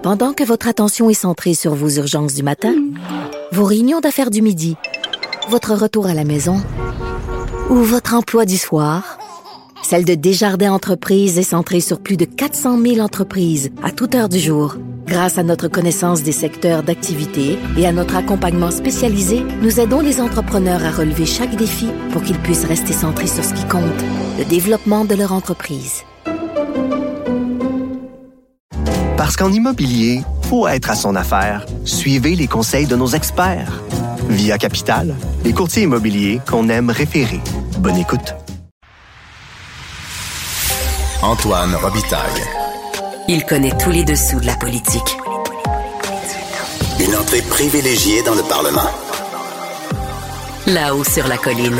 Pendant que votre attention est centrée sur vos urgences du matin, vos réunions d'affaires du midi, votre retour à la maison ou votre emploi du soir, celle de Desjardins Entreprises est centrée sur plus de 400 000 entreprises à toute heure du jour. Grâce à notre connaissance des secteurs d'activité et à notre accompagnement spécialisé, nous aidons les entrepreneurs à relever chaque défi pour qu'ils puissent rester centrés sur ce qui compte, le développement de leur entreprise. Parce qu'en immobilier, faut être à son affaire. Suivez les conseils de nos experts. Via Capital, les courtiers immobiliers qu'on aime référer. Bonne écoute. Antoine Robitaille. Il connaît tous les dessous de la politique. Une entrée privilégiée dans le Parlement. Là-haut sur la colline.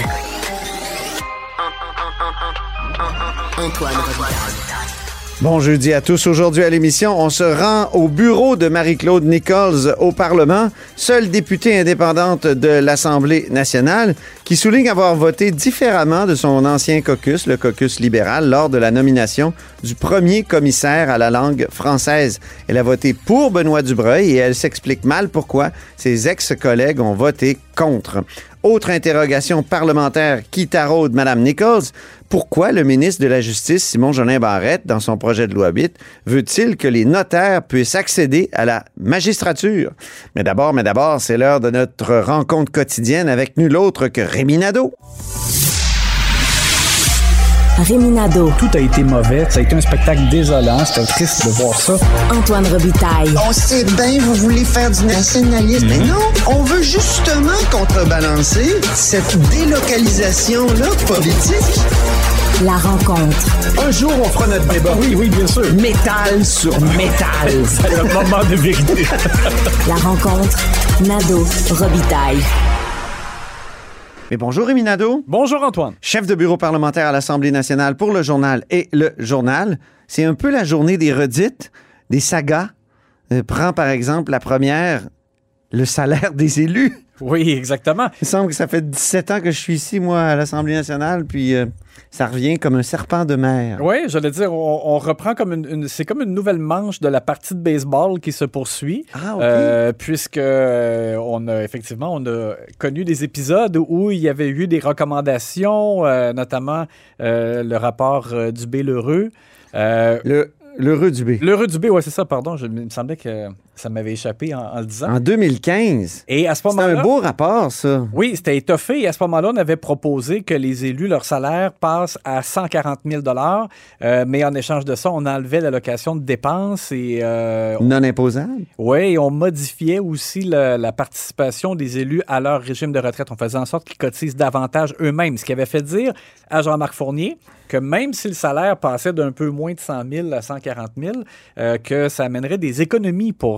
Antoine Robitaille. Bon jeudi à tous. Aujourd'hui à l'émission, on se rend au bureau de Marie-Claude Nichols au Parlement, seule députée indépendante de l'Assemblée nationale, qui souligne avoir voté différemment de son ancien caucus, le caucus libéral, lors de la nomination du premier commissaire à la langue française. Elle a voté pour Benoît Dubreuil et elle s'explique mal pourquoi ses ex-collègues ont voté contre. Autre interrogation parlementaire qui taraude Mme Nichols. Pourquoi le ministre de la Justice, Simon-Jolin Barrette, dans son projet de loi 8, veut-il que les notaires puissent accéder à la magistrature? Mais d'abord, c'est l'heure de notre rencontre quotidienne avec nul autre que Rémi Nadeau. Rémi Nadeau. Tout a été mauvais. Ça a été un spectacle désolant. C'était triste de voir ça. Antoine Robitaille. On sait bien, vous voulez faire du nationalisme. Mais non, on veut justement contrebalancer cette délocalisation-là politique. La rencontre. Un jour, on fera notre débat. Oui, bien sûr. Métal sur métal. C'est le moment de vérité. La rencontre. Nadeau-Robitaille. Mais bonjour Rémi Nadeau. Bonjour Antoine. Chef de bureau parlementaire à l'Assemblée nationale pour le journal et le journal. C'est un peu la journée des redites, des sagas. Prends par exemple la première, le salaire des élus. Oui, exactement. Il me semble que ça fait 17 ans que je suis ici, moi, à l'Assemblée nationale, puis ça revient comme un serpent de mer. Oui, j'allais dire, on reprend comme c'est comme une nouvelle manche de la partie de baseball qui se poursuit. Ah, OK. Puisque on a connu des épisodes où il y avait eu des recommandations, notamment le rapport Dubé-Lheureux. L'Heureux-Dubé. L'Heureux-Dubé, oui, c'est ça, pardon. Il me semblait que ça m'avait échappé en le disant. En 2015. Et à ce moment-là, c'était un beau rapport, ça. Oui, c'était étoffé. Et à ce moment-là, on avait proposé que les élus, leur salaire passe à 140 000 mais en échange de ça, on enlevait l'allocation de dépenses et... non imposable? Oui, et on modifiait aussi la participation des élus à leur régime de retraite. On faisait en sorte qu'ils cotisent davantage eux-mêmes, ce qui avait fait dire à Jean-Marc Fournier que même si le salaire passait d'un peu moins de 100 000 à 140 000, que ça amènerait des économies pour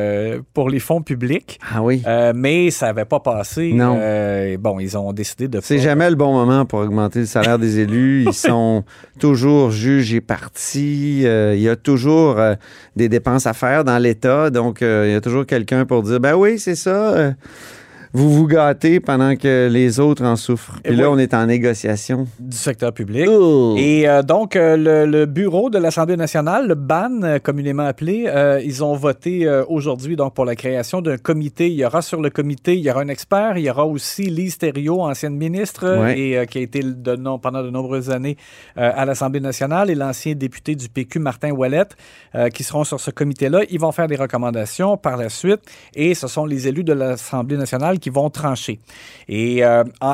les fonds publics. Ah oui. Mais ça n'avait pas passé. Non. Bon, ils ont décidé de... C'est jamais le bon moment pour augmenter le salaire des élus. Ils sont toujours juges et partis. Il y a toujours des dépenses à faire dans l'État. Donc, il y a toujours quelqu'un pour dire, ben oui, c'est ça. Vous vous gâtez pendant que les autres en souffrent. Puis là, on est en négociation. Du secteur public. Oh. Et donc, le bureau de l'Assemblée nationale, le BAN, communément appelé, ils ont voté aujourd'hui donc pour la création d'un comité. Il y aura sur le comité, il y aura un expert. Il y aura aussi Lise Thériault, ancienne ministre, et qui a été pendant de nombreuses années à l'Assemblée nationale, et l'ancien député du PQ, Martin Ouellette, qui seront sur ce comité-là. Ils vont faire des recommandations par la suite, et ce sont les élus de l'Assemblée nationale qui vont trancher. Et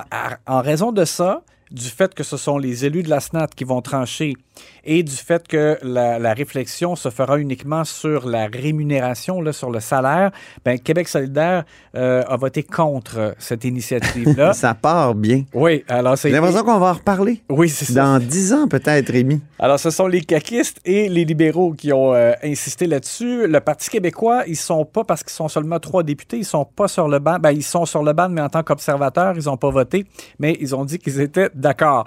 en raison de ça, du fait que ce sont les élus de la SNAT qui vont trancher et du fait que la réflexion se fera uniquement sur la rémunération, là, sur le salaire, Québec solidaire a voté contre cette initiative-là. Ça part bien. Oui, alors c'est... J'ai l'impression qu'on va en reparler. Oui, c'est ça. Dans 10 ans, peut-être, Rémi. Alors, ce sont les caquistes et les libéraux qui ont insisté là-dessus. Le Parti québécois, ils sont pas, parce qu'ils sont seulement 3 députés, ils sont pas sur le banc. Ils sont sur le banc, mais en tant qu'observateurs, ils ont pas voté, mais ils ont dit qu'ils étaient d'accord.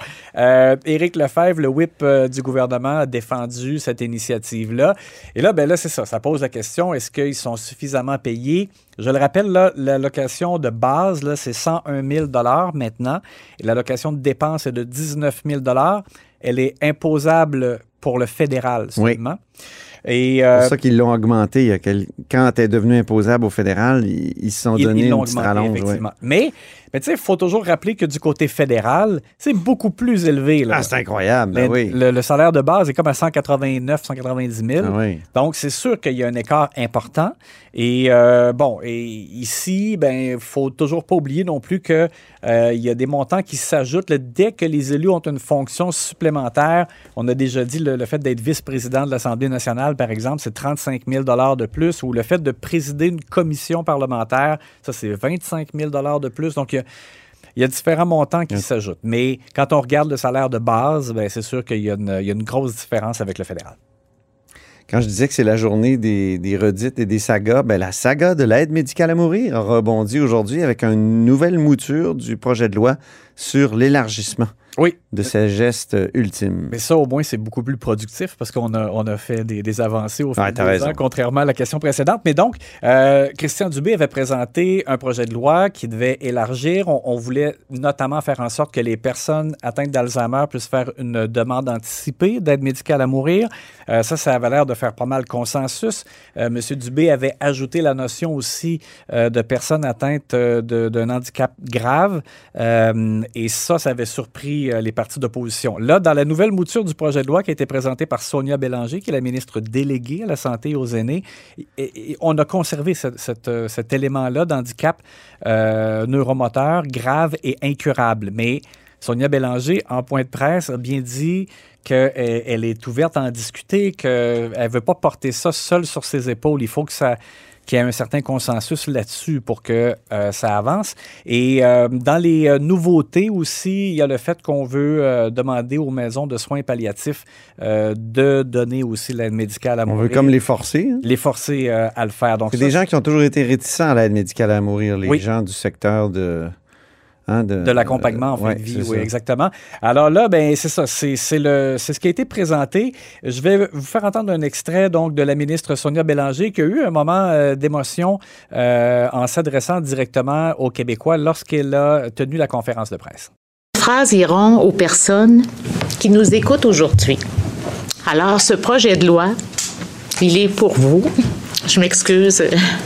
Éric Lefebvre, le whip du gouvernement, a défendu cette initiative-là. Et là, c'est ça. Ça pose la question, est-ce qu'ils sont suffisamment payés? Je le rappelle, là, l'allocation de base, là, c'est 101 000 maintenant. Et l'allocation de dépenses est de 19 000 Elle est imposable pour le fédéral seulement. C'est pour ça qu'ils l'ont augmenté. Quand elle est devenue imposable au fédéral, ils se sont donné une petite rallonge. Effectivement. Mais tu sais, il faut toujours rappeler que du côté fédéral, c'est beaucoup plus élevé. Là. Ah, c'est incroyable. Oui. Le salaire de base est comme à 189 190 000. Ah, oui. Donc, c'est sûr qu'il y a un écart important. Et ici, il ne faut toujours pas oublier non plus qu'il y a des montants qui s'ajoutent là, dès que les élus ont une fonction supplémentaire. On a déjà dit le fait d'être vice-président de l'Assemblée nationale, par exemple, c'est 35 000 de plus. Ou le fait de présider une commission parlementaire, ça, c'est 25 000 de plus. Donc, il y a différents montants qui s'ajoutent. Mais quand on regarde le salaire de base, c'est sûr qu'il y a une grosse différence avec le fédéral. Quand je disais que c'est la journée des redites et des sagas, la saga de l'aide médicale à mourir a rebondi aujourd'hui avec une nouvelle mouture du projet de loi sur l'élargissement de ces gestes ultimes. Mais ça, au moins, c'est beaucoup plus productif parce qu'on a fait des avancées au fil des ans, contrairement à la question précédente. Mais donc, Christian Dubé avait présenté un projet de loi qui devait élargir. On voulait notamment faire en sorte que les personnes atteintes d'Alzheimer puissent faire une demande anticipée d'aide médicale à mourir. Ça avait l'air de faire pas mal consensus. M. Dubé avait ajouté la notion aussi de personnes atteintes d'un handicap grave. Et ça avait surpris les partis d'opposition. Là, dans la nouvelle mouture du projet de loi qui a été présentée par Sonia Bélanger, qui est la ministre déléguée à la santé et aux aînés, et on a conservé cet élément-là d'handicap neuromoteur grave et incurable. Mais Sonia Bélanger, en point de presse, a bien dit qu'elle est ouverte à en discuter, qu'elle ne veut pas porter ça seule sur ses épaules. Il faut qu'il y ait un certain consensus là-dessus pour que ça avance. Et dans les nouveautés aussi, il y a le fait qu'on veut demander aux maisons de soins palliatifs de donner aussi l'aide médicale à mourir. On veut comme les forcer. Hein? Les forcer à le faire. Donc, c'est des gens qui ont toujours été réticents à l'aide médicale à mourir, les gens du secteur de l'accompagnement en fin de vie, oui, exactement. Alors là, c'est ça, c'est ce qui a été présenté. Je vais vous faire entendre un extrait donc de la ministre Sonia Bélanger qui a eu un moment d'émotion en s'adressant directement aux Québécois lorsqu'elle a tenu la conférence de presse. Les phrases iront aux personnes qui nous écoutent aujourd'hui. Alors, ce projet de loi, il est pour vous. Je m'excuse.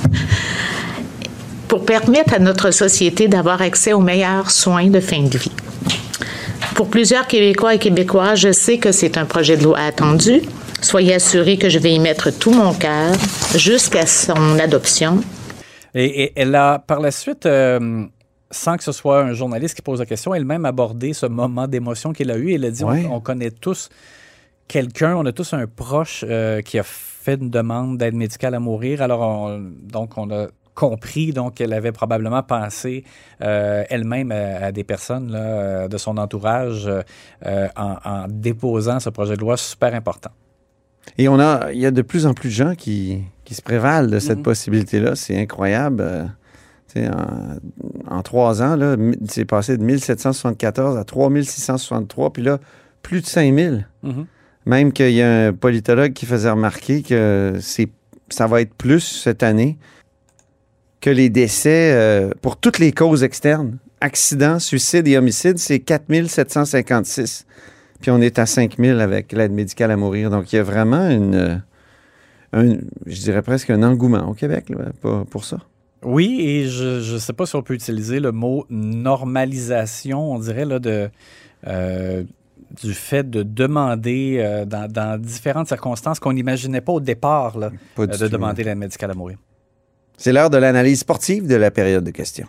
Pour permettre à notre société d'avoir accès aux meilleurs soins de fin de vie. Pour plusieurs Québécois et Québécoises, je sais que c'est un projet de loi attendu. Soyez assurés que je vais y mettre tout mon cœur jusqu'à son adoption. Et elle a, par la suite, sans que ce soit un journaliste qui pose la question, elle-même abordé ce moment d'émotion qu'elle a eu. Elle a dit, on connaît tous quelqu'un, on a tous un proche qui a fait une demande d'aide médicale à mourir. Alors, on a compris donc qu'elle avait probablement pensé elle-même à des personnes là, de son entourage en déposant ce projet de loi super important. Et il y a de plus en plus de gens qui se prévalent de cette possibilité-là. C'est incroyable. En 3 ans, là, c'est passé de 1774 à 3663, puis là, plus de 5000. Même qu'il y a un politologue qui faisait remarquer que ça va être plus cette année que les décès pour toutes les causes externes, accidents, suicides et homicides, c'est 4756. Puis on est à 5000 avec l'aide médicale à mourir. Donc, il y a vraiment je dirais presque un engouement au Québec là, pour ça. Oui, et je ne sais pas si on peut utiliser le mot normalisation, on dirait, là, du fait de demander dans différentes circonstances qu'on n'imaginait pas au départ là, de demander l'aide médicale à mourir. C'est l'heure de l'analyse sportive de la période de questions.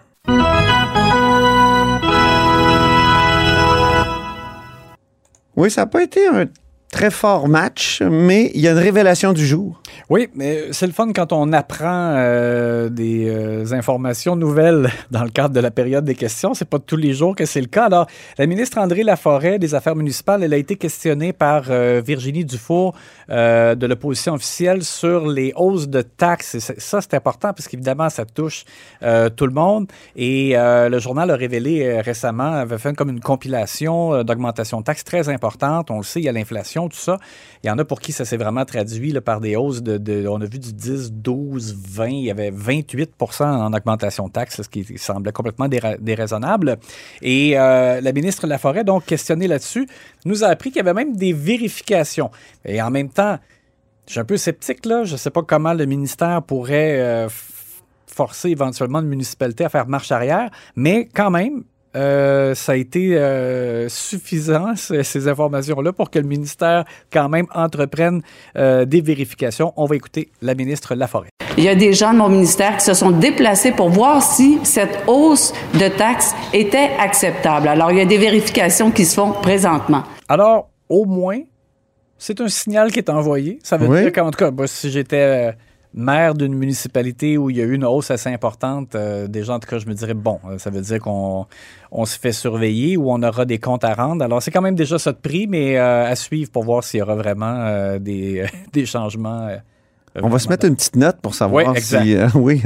Oui, ça n'a pas été un très fort match, mais il y a une révélation du jour. Oui, mais c'est le fun quand on apprend des informations nouvelles dans le cadre de la période des questions. C'est pas tous les jours que c'est le cas. Alors, la ministre André Laforêt des Affaires municipales, elle a été questionnée par Virginie Dufour de l'opposition officielle sur les hausses de taxes. Et ça, c'est important parce qu'évidemment, ça touche tout le monde. Et le journal a révélé récemment, avait fait comme une compilation d'augmentation de taxes très importante. On le sait, il y a l'inflation, tout ça. Il y en a pour qui ça s'est vraiment traduit là, par des hausses on a vu du 10, 12, 20, il y avait 28% en augmentation de taxes, ce qui semblait complètement déraisonnable. Et la ministre Laforêt, donc questionnée là-dessus, nous a appris qu'il y avait même des vérifications. Et en même temps, je suis un peu sceptique, là. Je ne sais pas comment le ministère pourrait forcer éventuellement une municipalité à faire marche arrière, mais quand même, ça a été suffisant, ces informations-là, pour que le ministère, quand même, entreprenne des vérifications. On va écouter la ministre Laforêt. Il y a des gens de mon ministère qui se sont déplacés pour voir si cette hausse de taxes était acceptable. Alors, il y a des vérifications qui se font présentement. Alors, au moins, c'est un signal qui est envoyé. Ça veut dire qu'en tout cas, moi, si j'étais maire d'une municipalité où il y a eu une hausse assez importante, déjà, en tout cas, je me dirais, bon, ça veut dire qu'on se fait surveiller ou on aura des comptes à rendre. Alors, c'est quand même déjà ça de prix, mais à suivre pour voir s'il y aura vraiment des changements. On va se mettre une petite note pour savoir si... oui.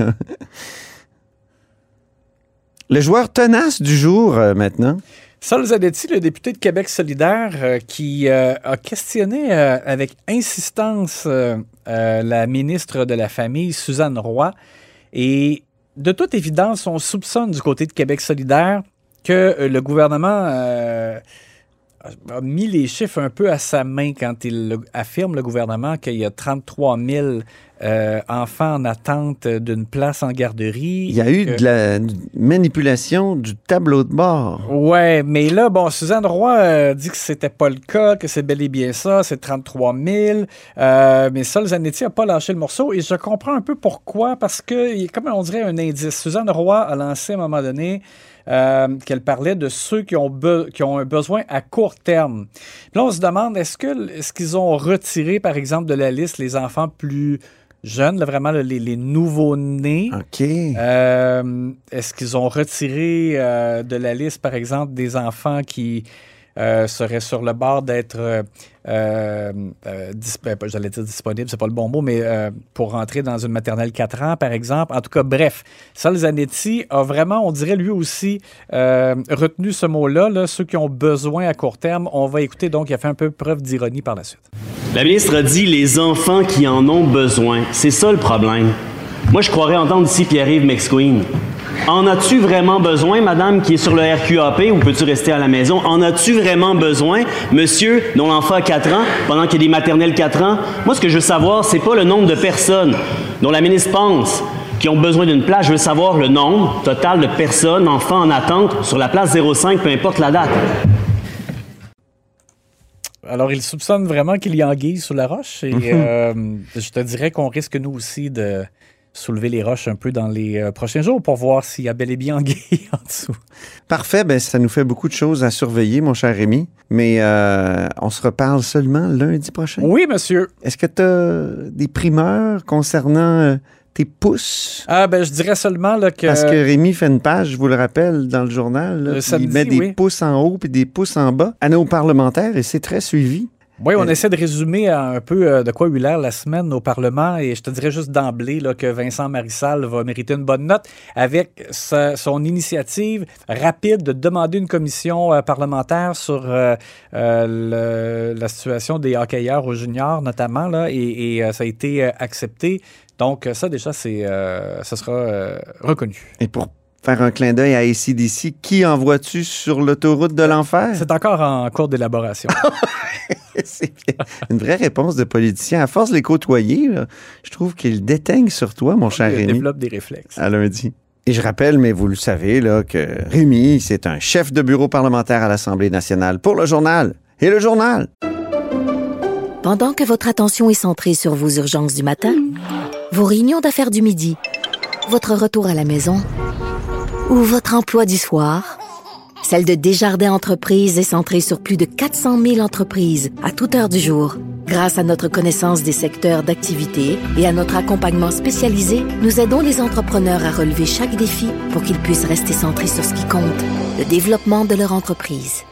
Le joueur tenace du jour, maintenant. Sol Zanetti, le député de Québec solidaire, qui a questionné avec insistance la ministre de la Famille, Suzanne Roy. Et de toute évidence, on soupçonne du côté de Québec solidaire que le gouvernement a mis les chiffres un peu à sa main quand il affirme, le gouvernement, qu'il y a 33 000 enfants en attente d'une place en garderie. Il y a eu de la manipulation du tableau de bord. Oui, mais là, bon, Suzanne Roy dit que c'était pas le cas, que c'est bel et bien ça, c'est 33 000. Mais Sol Zanetti n'a pas lâché le morceau et je comprends un peu pourquoi, parce qu'il y a comme on dirait un indice. Suzanne Roy a lancé à un moment donné qu'elle parlait de ceux qui ont un besoin à court terme. Puis là, on se demande, est-ce qu'ils ont retiré, par exemple, de la liste les enfants plus jeunes, là, vraiment là, les nouveaux-nés? OK. Est-ce qu'ils ont retiré de la liste, par exemple, des enfants qui seraient sur le bord d'être j'allais dire disponible, c'est pas le bon mot, mais pour rentrer dans une maternelle 4 ans, par exemple. En tout cas, bref, Sol Zanetti a vraiment, on dirait lui aussi, retenu ce mot-là, là, ceux qui ont besoin à court terme. On va écouter, donc, il a fait un peu preuve d'ironie par la suite. La ministre a dit les enfants qui en ont besoin. C'est ça le problème. Moi, je croirais entendre ici Pierre-Yves McSween. En as-tu vraiment besoin, madame, qui est sur le RQAP, ou peux-tu rester à la maison? En as-tu vraiment besoin, monsieur, dont l'enfant a 4 ans, pendant qu'il y a des maternelles 4 ans? Moi, ce que je veux savoir, c'est pas le nombre de personnes dont la ministre pense qui ont besoin d'une place. Je veux savoir le nombre total de personnes, enfants en attente, sur la place 05, peu importe la date. Alors, il soupçonne vraiment qu'il y a anguille sous la roche et je te dirais qu'on risque, nous aussi, de soulever les roches un peu dans les prochains jours pour voir s'il y a bel et bien anguille en dessous. Parfait, ben ça nous fait beaucoup de choses à surveiller, mon cher Rémi, mais on se reparle seulement lundi prochain. Oui, monsieur. Est-ce que tu as des primeurs concernant tes pouces? Ben, je dirais seulement là, que... Parce que Rémi fait une page, je vous le rappelle, dans le journal, là, samedi, il met des pouces en haut et des pouces en bas à nos parlementaires et c'est très suivi. Oui, on essaie de résumer un peu de quoi a eu l'air la semaine au Parlement et je te dirais juste d'emblée là, que Vincent Marissal va mériter une bonne note avec son initiative rapide de demander une commission parlementaire sur la situation des hockeyeurs aux juniors notamment là, et ça a été accepté. Donc ça déjà, ça sera reconnu. Et pour faire un clin d'œil à AC/DC, qui envoies-tu sur l'autoroute de l'enfer? C'est encore en cours d'élaboration. C'est bien. Une vraie réponse de politicien. À force de les côtoyer, là, je trouve qu'ils déteignent sur toi, mon cher Rémi. Il développe des réflexes. À lundi. Et je rappelle, mais vous le savez, là, que Rémi, c'est un chef de bureau parlementaire à l'Assemblée nationale pour Le Journal. Et Le Journal! Pendant que votre attention est centrée sur vos urgences du matin, vos réunions d'affaires du midi, votre retour à la maison ou votre emploi du soir, celle de Desjardins Entreprises est centrée sur plus de 400 000 entreprises à toute heure du jour. Grâce à notre connaissance des secteurs d'activité et à notre accompagnement spécialisé, nous aidons les entrepreneurs à relever chaque défi pour qu'ils puissent rester centrés sur ce qui compte, le développement de leur entreprise.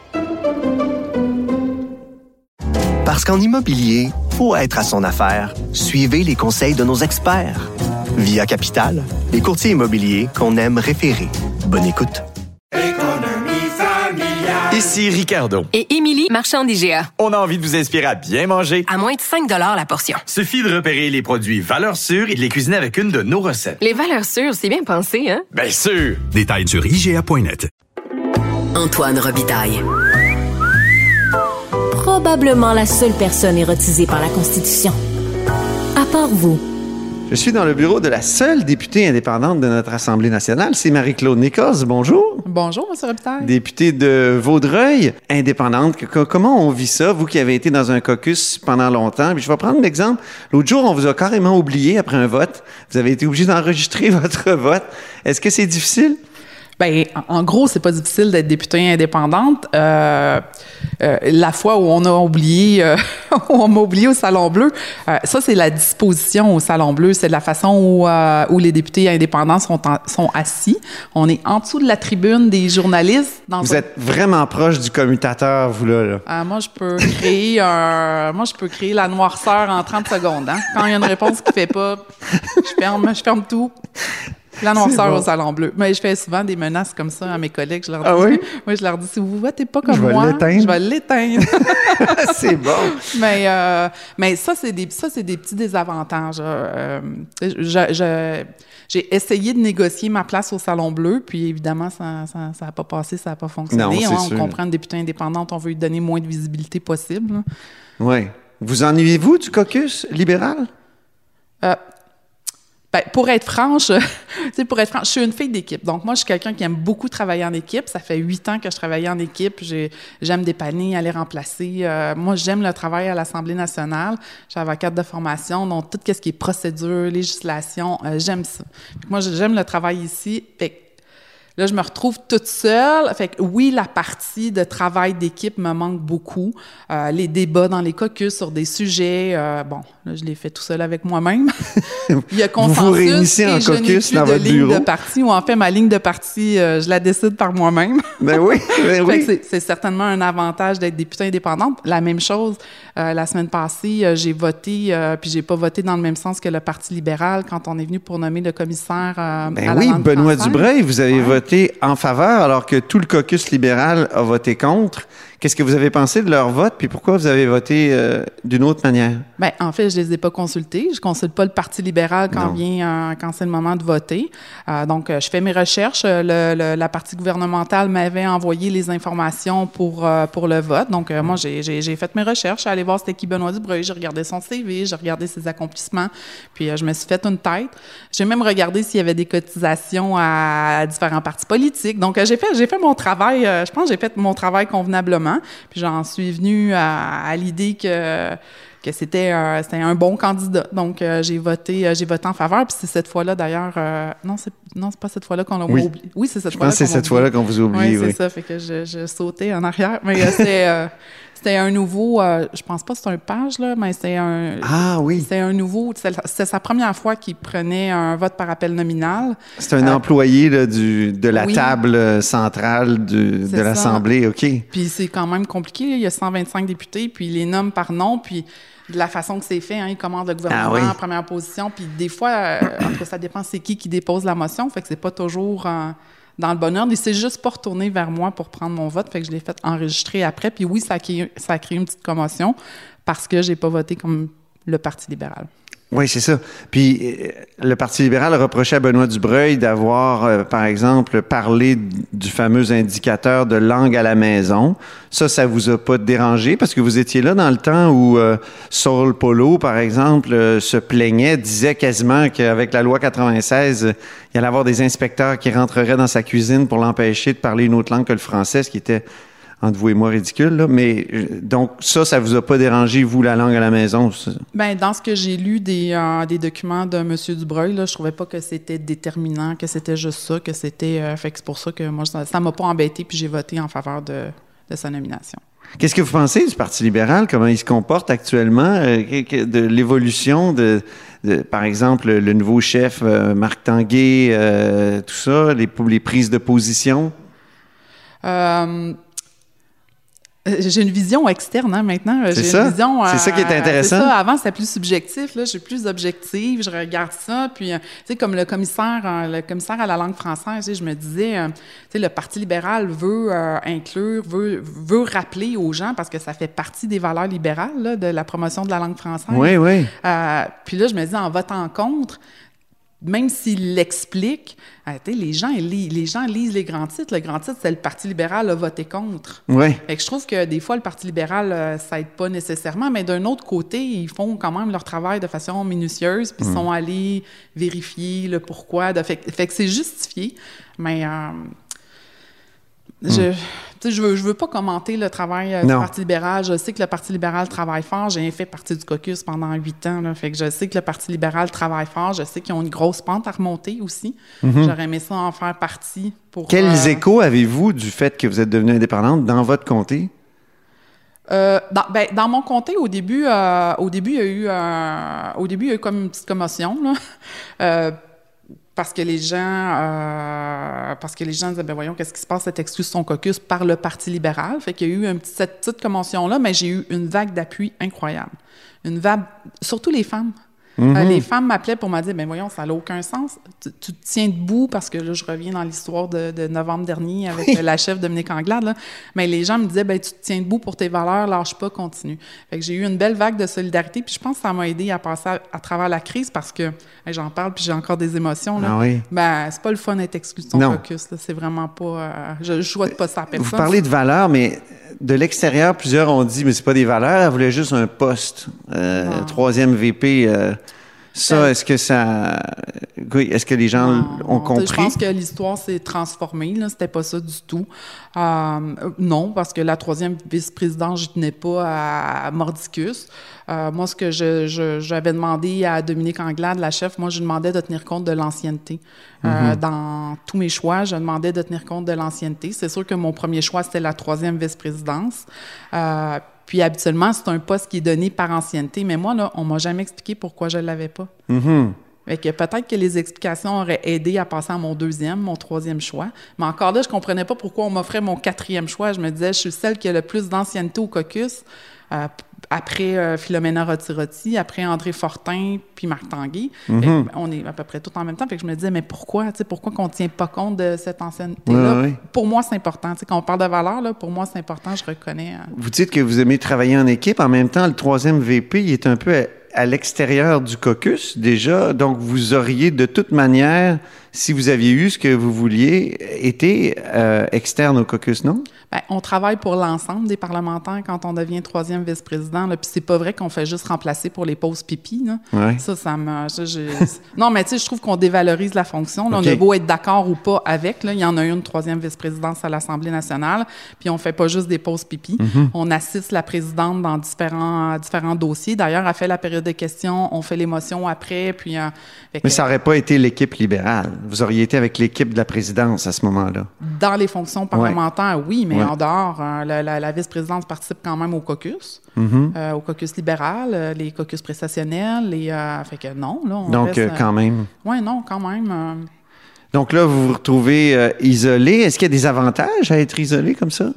Parce qu'en immobilier, faut être à son affaire. Suivez les conseils de nos experts. Via Capital, les courtiers immobiliers qu'on aime référer. Bonne écoute. Ici Ricardo. Et Émilie, marchand d'IGA. On a envie de vous inspirer à bien manger. À moins de 5 $ la portion. Suffit de repérer les produits valeurs sûres et de les cuisiner avec une de nos recettes. Les valeurs sûres, c'est bien pensé, hein? Bien sûr! Détails sur IGA.net. Antoine Robitaille. Probablement la seule personne érotisée par la Constitution. À part vous. Je suis dans le bureau de la seule députée indépendante de notre Assemblée nationale, c'est Marie-Claude Nichols. Bonjour. Bonjour, M. Robitaille. Députée de Vaudreuil, indépendante. Comment on vit ça, vous qui avez été dans un caucus pendant longtemps? Puis je vais prendre l'exemple. L'autre jour, on vous a carrément oublié après un vote. Vous avez été obligé d'enregistrer votre vote. Est-ce que c'est difficile? Ben, en gros, c'est pas difficile d'être députée indépendante. La fois où on a oublié, on m'a oublié au Salon Bleu, ça c'est la disposition au Salon Bleu, c'est la façon où les députés indépendants sont assis. On est en dessous de la tribune des journalistes. Vous êtes vraiment proche du commutateur, vous là. Moi, je peux créer la noirceur en 30 secondes. Hein? Quand il y a une réponse qui fait pas, je ferme tout. La noirceur au Salon Bleu. Mais je fais souvent des menaces comme ça à mes collègues. Je leur dis, oui, je leur dis, si vous votez pas comme moi, je vais l'éteindre. C'est bon. Mais ça, c'est des petits désavantages. J'ai essayé de négocier ma place au Salon Bleu, puis évidemment, ça n'a pas passé, ça n'a pas fonctionné. Non, on comprend une députée indépendante, on veut lui donner moins de visibilité possible. Oui. Vous ennuyez-vous du caucus libéral? Ben, pour être franche, je suis une fille d'équipe. Donc, moi, je suis quelqu'un qui aime beaucoup travailler en équipe. Ça fait 8 ans que je travaille en équipe. J'aime dépanner, aller remplacer. Moi, j'aime le travail à l'Assemblée nationale. Je suis avocate de formation, donc tout ce qui est procédure, législation, j'aime ça. Moi, j'aime le travail ici. Là, je me retrouve toute seule. Fait que oui, la partie de travail d'équipe me manque beaucoup. Les débats dans les caucus sur des sujets, là, je les fais tout seul avec moi-même. Il y a consensus. Vous réunissez en caucus dans votre bureau? De parti, ou en fait, ma ligne de parti, je la décide par moi-même. Ben oui, oui. C'est certainement un avantage d'être députée indépendante. La même chose, la semaine passée, j'ai voté, puis j'ai pas voté dans le même sens que le Parti libéral quand on est venu pour nommer le commissaire à la langue Benoît française. Dubreuil, vous avez voté en faveur alors que tout le caucus libéral a voté contre. Qu'est-ce que vous avez pensé de leur vote, puis pourquoi vous avez voté d'une autre manière? Bien, en fait, je les ai pas consultés. Je consulte pas le Parti libéral quand c'est le moment de voter. Donc, je fais mes recherches. La partie gouvernementale m'avait envoyé les informations pour le vote. Donc, moi, j'ai fait mes recherches. Je suis allée voir c'était qui Benoît Dubreuil. J'ai regardé son CV, j'ai regardé ses accomplissements. Puis, je me suis fait une tête. J'ai même regardé s'il y avait des cotisations à différents partis politiques. Donc, j'ai fait mon travail. Je pense que j'ai fait mon travail convenablement. Puis j'en suis venue à l'idée que c'était un bon candidat. Donc, j'ai voté en faveur. Puis c'est cette fois-là, d'ailleurs... non, c'est pas cette fois-là qu'on l'a oublié. Oui, c'est cette fois-là. Je pense que c'est cette fois-là qu'on vous a oublié, oui. C'est ça, fait que je sautais en arrière. Mais c'était un nouveau... je pense pas que c'est un page, là, mais c'est un... Ah oui! C'est un nouveau... C'est sa première fois qu'il prenait un vote par appel nominal. C'est un employé là, de la table centrale de l'Assemblée, OK. Puis c'est quand même compliqué. Il y a 125 députés, puis il les nomme par nom, puis... de la façon que c'est fait, il commande le gouvernement en première position, puis des fois, en tout cas, ça dépend c'est qui dépose la motion, fait que c'est pas toujours dans le bon ordre. Il s'est juste pas retourné vers moi pour prendre mon vote, fait que je l'ai fait enregistrer après, puis oui, ça a créé une petite commotion parce que j'ai pas voté comme le Parti libéral. Oui, c'est ça. Puis le Parti libéral reprochait à Benoît Dubreuil d'avoir, par exemple, parlé du fameux indicateur de langue à la maison. Ça vous a pas dérangé parce que vous étiez là dans le temps où Saul Polo, par exemple, se plaignait, disait quasiment qu'avec la loi 96, il allait avoir des inspecteurs qui rentreraient dans sa cuisine pour l'empêcher de parler une autre langue que le français, ce qui était... entre vous et moi, ridicule, là. Mais donc, ça vous a pas dérangé, vous, la langue à la maison? Bien, dans ce que j'ai lu des documents de M. Dubreuil, là, je trouvais pas que c'était déterminant, que c'était juste ça, que c'était... fait que c'est pour ça que moi, ça m'a pas embêté, puis j'ai voté en faveur de sa nomination. Qu'est-ce que vous pensez du Parti libéral? Comment il se comporte actuellement? De l'évolution de par exemple, le nouveau chef, Marc Tanguay, tout ça, les prises de position? J'ai une vision externe maintenant. C'est ça? Une vision, c'est ça qui est intéressant. C'est ça. Avant, c'était plus subjectif. Là, je suis plus objective. Je regarde ça. Puis, tu sais, comme le commissaire à la langue française, tu sais, je me disais, tu sais, le Parti libéral veut inclure, veut rappeler aux gens, parce que ça fait partie des valeurs libérales, là, de la promotion de la langue française. Oui, oui. Puis là, je me dis, en votant contre, même s'il l'explique, les gens lisent les grands titres. Le grand titre, c'est le Parti libéral a voté contre. Oui. Fait que je trouve que des fois, le Parti libéral, ça aide pas nécessairement, mais d'un autre côté, ils font quand même leur travail de façon minutieuse, puis sont allés vérifier le pourquoi. Fait que c'est justifié, mais je veux pas commenter le travail du Parti libéral. Je sais que le Parti libéral travaille fort. J'ai fait partie du caucus pendant 8 ans. Là, fait que je sais que le Parti libéral travaille fort. Je sais qu'ils ont une grosse pente à remonter aussi. J'aurais aimé ça en faire partie. Quels échos avez-vous du fait que vous êtes devenue indépendante dans votre comté? Dans mon comté, au début, il y a eu comme une petite commotion, là. Parce que les gens disaient, ben voyons, qu'est-ce qui se passe, cette excuse son caucus par le Parti libéral. Fait qu'il y a eu cette petite commotion-là, mais j'ai eu une vague d'appui incroyable. Une vague, surtout les femmes. Les femmes m'appelaient pour me dire, ben voyons, ça n'a aucun sens. Tu te tiens debout, parce que là, je reviens dans l'histoire de novembre dernier avec la chef Dominique Anglade, là. Mais les gens me disaient, ben tu te tiens debout pour tes valeurs, lâche pas, continue. Fait que j'ai eu une belle vague de solidarité, puis je pense que ça m'a aidé à passer à travers la crise, parce que j'en parle, puis j'ai encore des émotions, là. Ah oui. Ben, c'est pas le fun d'être exclu de son caucus, là. C'est vraiment pas... je souhaite pas ça à personne. Vous parlez de valeurs, mais de l'extérieur, plusieurs ont dit, mais c'est pas des valeurs, elle voulait juste un poste. Troisième VP... est-ce que les gens ont compris? Je pense que l'histoire s'est transformée, là. C'était pas ça du tout. Non, parce que la troisième vice-présidente, je tenais pas à mordicus. Moi, ce que j'avais demandé à Dominique Anglade, la chef, moi, je demandais de tenir compte de l'ancienneté. Dans tous mes choix, je demandais de tenir compte de l'ancienneté. C'est sûr que mon premier choix, c'était la troisième vice-présidence. Puis habituellement, c'est un poste qui est donné par ancienneté. Mais moi, là, on m'a jamais expliqué pourquoi je ne l'avais pas. Fait que peut-être que les explications auraient aidé à passer à mon troisième choix. Mais encore là, je comprenais pas pourquoi on m'offrait mon quatrième choix. Je me disais, je suis celle qui a le plus d'ancienneté au caucus. Après Philomena Roti-Roti, après André Fortin, puis Marc Tanguay. On est à peu près tout en même temps. Fait que je me disais, mais pourquoi qu'on ne tient pas compte de cette ancienneté-là? Pour moi, c'est important. Quand on parle de valeur, là, pour moi, c'est important, je reconnais. Vous dites que vous aimez travailler en équipe. En même temps, le troisième VP, il est un peu à l'extérieur du caucus, déjà. Donc, vous auriez de toute manière, si vous aviez eu ce que vous vouliez, été externe au caucus, non? Bien, on travaille pour l'ensemble des parlementaires quand on devient troisième vice-président. Puis c'est pas vrai qu'on fait juste remplacer pour les pauses pipi. Là. Ouais. Non, mais tu sais, je trouve qu'on dévalorise la fonction. Là, on a beau être d'accord ou pas avec. Là, il y en a une troisième vice-présidence à l'Assemblée nationale. Puis on fait pas juste des pauses pipi. On assiste la présidente dans différents dossiers. D'ailleurs, elle fait la période de questions. On fait les motions après. Puis, mais ça n'aurait pas été l'équipe libérale. Vous auriez été avec l'équipe de la présidence à ce moment-là. Dans les fonctions parlementaires, oui, mais en dehors, la vice-présidence participe quand même au caucus, au caucus libéral, les caucus précessionnels, fait que non, là, on donc, reste, quand même. Oui, non, quand même. Donc là, vous vous retrouvez isolé. Est-ce qu'il y a des avantages à être isolé comme ça?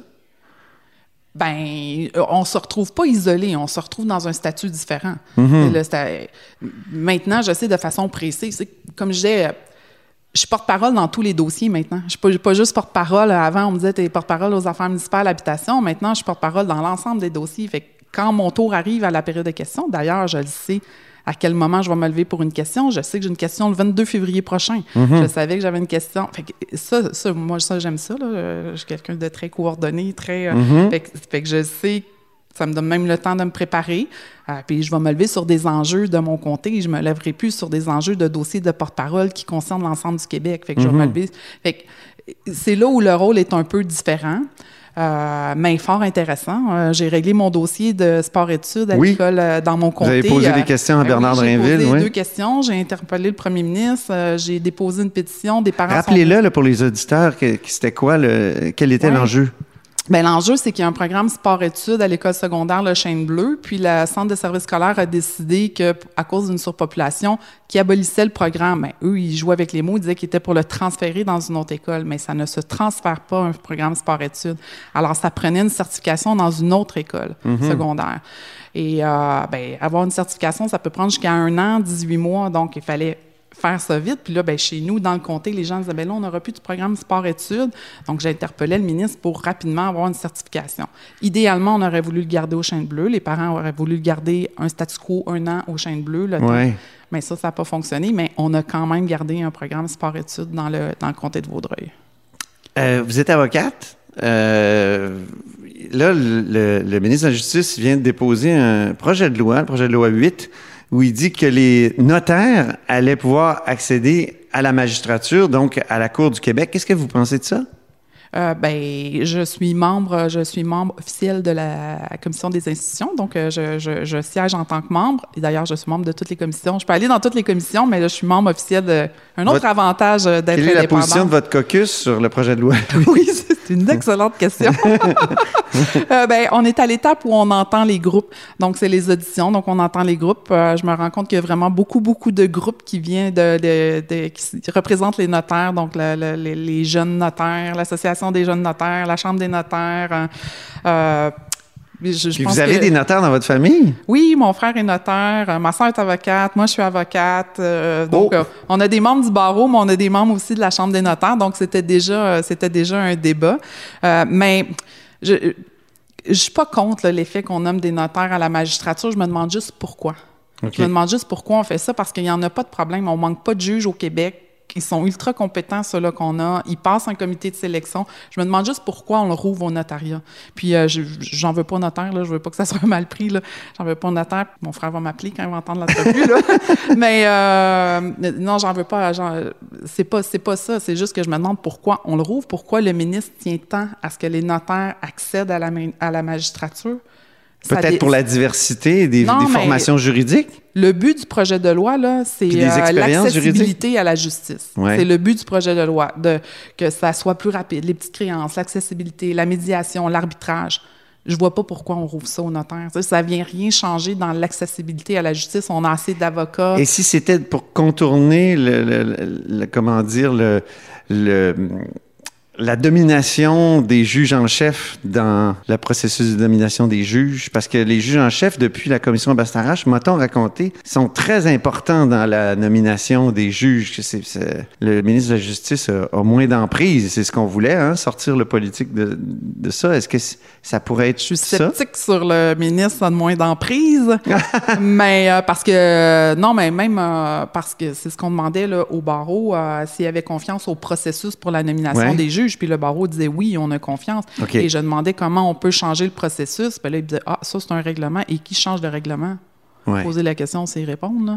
Ben, on se retrouve pas isolé, on se retrouve dans un statut différent. Maintenant, je sais de façon précise. Comme je disais, je suis porte-parole dans tous les dossiers maintenant. Je suis pas juste porte-parole. Avant, on me disait, tu es porte-parole aux affaires municipales, l'habitation. Maintenant, je suis porte-parole dans l'ensemble des dossiers. Fait que quand mon tour arrive à la période de questions, d'ailleurs, je le sais à quel moment je vais me lever pour une question. Je sais que j'ai une question le 22 février prochain. Je savais que j'avais une question. Fait que moi, j'aime ça. Là. Je suis quelqu'un de très coordonné, très... Fait que je sais... Ça me donne même le temps de me préparer. Puis je vais me lever sur des enjeux de mon comté et je me lèverai plus sur des enjeux de dossiers de porte-parole qui concernent l'ensemble du Québec. Fait que je vais me lever. Fait que c'est là où le rôle est un peu différent. Mais fort intéressant. J'ai réglé mon dossier de sport-études à l'école dans mon comté. Vous avez posé des questions à Bernard Drainville. J'ai posé 2 questions. J'ai interpellé le premier ministre. J'ai déposé une pétition. Des parents Rappelez-le là, pour les auditeurs, c'était quoi, quel était l'enjeu? Bien, l'enjeu, c'est qu'il y a un programme sport-études à l'école secondaire Le Chêne Bleu, puis le centre de service scolaire a décidé que, à cause d'une surpopulation, qui abolissait le programme. Bien, eux, ils jouaient avec les mots, ils disaient qu'ils étaient pour le transférer dans une autre école, mais ça ne se transfère pas un programme sport-études. Alors, ça prenait une certification dans une autre école secondaire. Et ben, avoir une certification, ça peut prendre jusqu'à 1 an, 18 mois, donc il fallait faire ça vite. Puis là, ben, chez nous, dans le comté, les gens disaient, ben là, on n'aura plus de programme sport-études. Donc, j'ai interpellé le ministre pour rapidement avoir une certification. Idéalement, on aurait voulu le garder au Chêne Bleu. Les parents auraient voulu le garder un statu quo 1 an au Chêne Bleu. Mais ça n'a pas fonctionné. Mais on a quand même gardé un programme sport-études dans le comté de Vaudreuil. Vous êtes avocate? Là, le ministre de la Justice vient de déposer un projet de loi, le projet de loi 8, où il dit que les notaires allaient pouvoir accéder à la magistrature, donc à la Cour du Québec. Qu'est-ce que vous pensez de ça? Ben, je suis membre officiel de la Commission des institutions, donc je siège en tant que membre. Et d'ailleurs, je suis membre de toutes les commissions. Je peux aller dans toutes les commissions, mais là, je suis membre officiel de... Un autre avantage d'être indépendant. Quelle est la position de votre caucus sur le projet de loi? Oui, c'est une excellente question. Ben, on est à l'étape où on entend les groupes. Donc, c'est les auditions. Donc, on entend les groupes. Je me rends compte qu'il y a vraiment beaucoup de groupes qui viennent qui représentent les notaires, donc les jeunes notaires, l'Association des jeunes notaires, la Chambre des notaires. Puis vous avez des notaires dans votre famille? Oui, mon frère est notaire, ma soeur est avocate, moi je suis avocate. Donc, on a des membres du barreau, mais on a des membres aussi de la Chambre des notaires. Donc, c'était déjà un débat. Mais je suis pas contre l'effet qu'on nomme des notaires à la magistrature. Je me demande juste pourquoi. Okay. Je me demande juste pourquoi on fait ça, parce qu'il n'y en a pas de problème. On manque pas de juges au Québec. Ils sont ultra compétents, ceux-là qu'on a. Ils passent un comité de sélection. Je me demande juste pourquoi on le rouvre au notariat. Puis, j'en veux pas au notaire, là. Je veux pas que ça soit mal pris, là. J'en veux pas au notaire. Mon frère va m'appeler quand il va entendre l'entrevue, là. Mais, non, j'en veux pas. C'est pas ça. C'est juste que je me demande pourquoi on le rouvre. Pourquoi le ministre tient tant à ce que les notaires accèdent à la magistrature. Peut-être pour la diversité des formations juridiques? Le but du projet de loi, là, c'est l'accessibilité à la justice. Ouais. C'est le but du projet de loi, que ça soit plus rapide, les petites créances, l'accessibilité, la médiation, l'arbitrage. Je vois pas pourquoi on rouvre ça aux notaires. Ça vient rien changer dans l'accessibilité à la justice. On a assez d'avocats. Et si c'était pour contourner la domination des juges en chef dans le processus de domination des juges, parce que les juges en chef, depuis la commission Bastarache, m'a-t-on raconté, sont très importants dans la nomination des juges. Le ministre de la Justice a moins d'emprise. C'est ce qu'on voulait, hein, sortir le politique de ça. Est-ce que ça pourrait être ça? Je suis sceptique sur le ministre a moins d'emprise, mais parce que c'est ce qu'on demandait là, au barreau, s'il y avait confiance au processus pour la nomination des juges. Puis le barreau disait oui, on a confiance. Okay. Et je demandais comment on peut changer le processus. Puis là, il disait ça, c'est un règlement. Et qui change le règlement? Poser la question, c'est y répondre.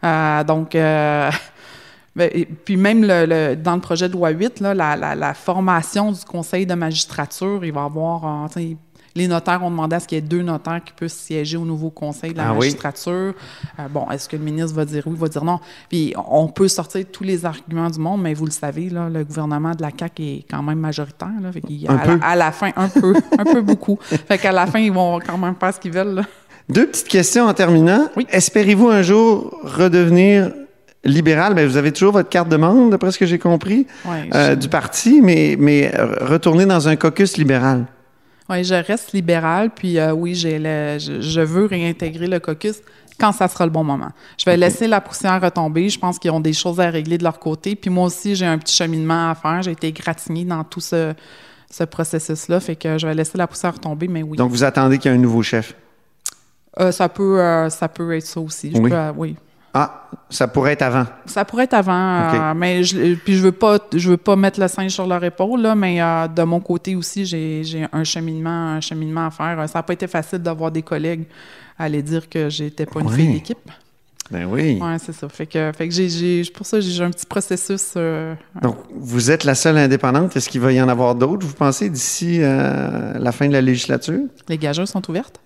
Puis même dans le projet de loi 8, là, la formation du conseil de magistrature, il va y avoir... les notaires ont demandé à ce qu'il y ait 2 notaires qui puissent siéger au nouveau conseil de la magistrature. Est-ce que le ministre va dire oui, va dire non? Puis on peut sortir tous les arguments du monde, mais vous le savez, là, le gouvernement de la CAQ est quand même majoritaire. Là, fait à la fin, un peu beaucoup. Fait qu'à la fin, ils vont quand même faire ce qu'ils veulent. Là. 2 petites questions en terminant. Oui. Espérez-vous un jour redevenir libéral? Bien, vous avez toujours votre carte de membre, d'après ce que j'ai compris, du parti, mais retourner dans un caucus libéral. Oui, je reste libérale, puis oui, je veux réintégrer le caucus quand ça sera le bon moment. Je vais laisser la poussière retomber. Je pense qu'ils ont des choses à régler de leur côté. Puis moi aussi, j'ai un petit cheminement à faire. J'ai été égratignée dans tout ce processus-là, fait que je vais laisser la poussière retomber, mais oui. Donc, vous attendez qu'il y ait un nouveau chef? Ça peut être ça aussi. Oui. Ah, ça pourrait être avant. Ça pourrait être avant, mais je veux pas mettre le singe sur leur épaule là, mais de mon côté aussi, j'ai un cheminement à faire. Ça n'a pas été facile d'avoir des collègues à aller dire que j'étais pas une fille d'équipe. Ben oui. Oui, c'est ça. Fait que pour ça, j'ai un petit processus. Donc, vous êtes la seule indépendante. Est-ce qu'il va y en avoir d'autres, vous pensez, d'ici la fin de la législature? Les gageuses sont ouvertes.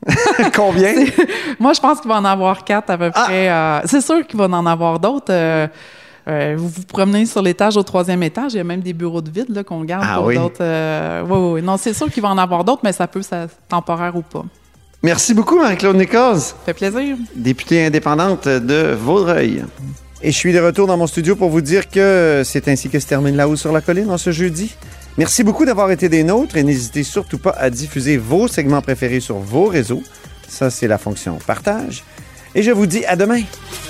Combien? Moi, je pense qu'il va en avoir 4 à peu près. C'est sûr qu'il va en avoir d'autres. Vous vous promenez sur l'étage au 3e étage, il y a même des bureaux de vide là, qu'on garde pour d'autres. Oui. Non, c'est sûr qu'il va en avoir d'autres, mais ça peut être temporaire ou pas. Merci beaucoup, Marie-Claude Nichols. Ça fait plaisir. Députée indépendante de Vaudreuil. Et je suis de retour dans mon studio pour vous dire que c'est ainsi que se termine La Hausse sur la Colline en ce jeudi. Merci beaucoup d'avoir été des nôtres et n'hésitez surtout pas à diffuser vos segments préférés sur vos réseaux. Ça, c'est la fonction partage. Et je vous dis à demain.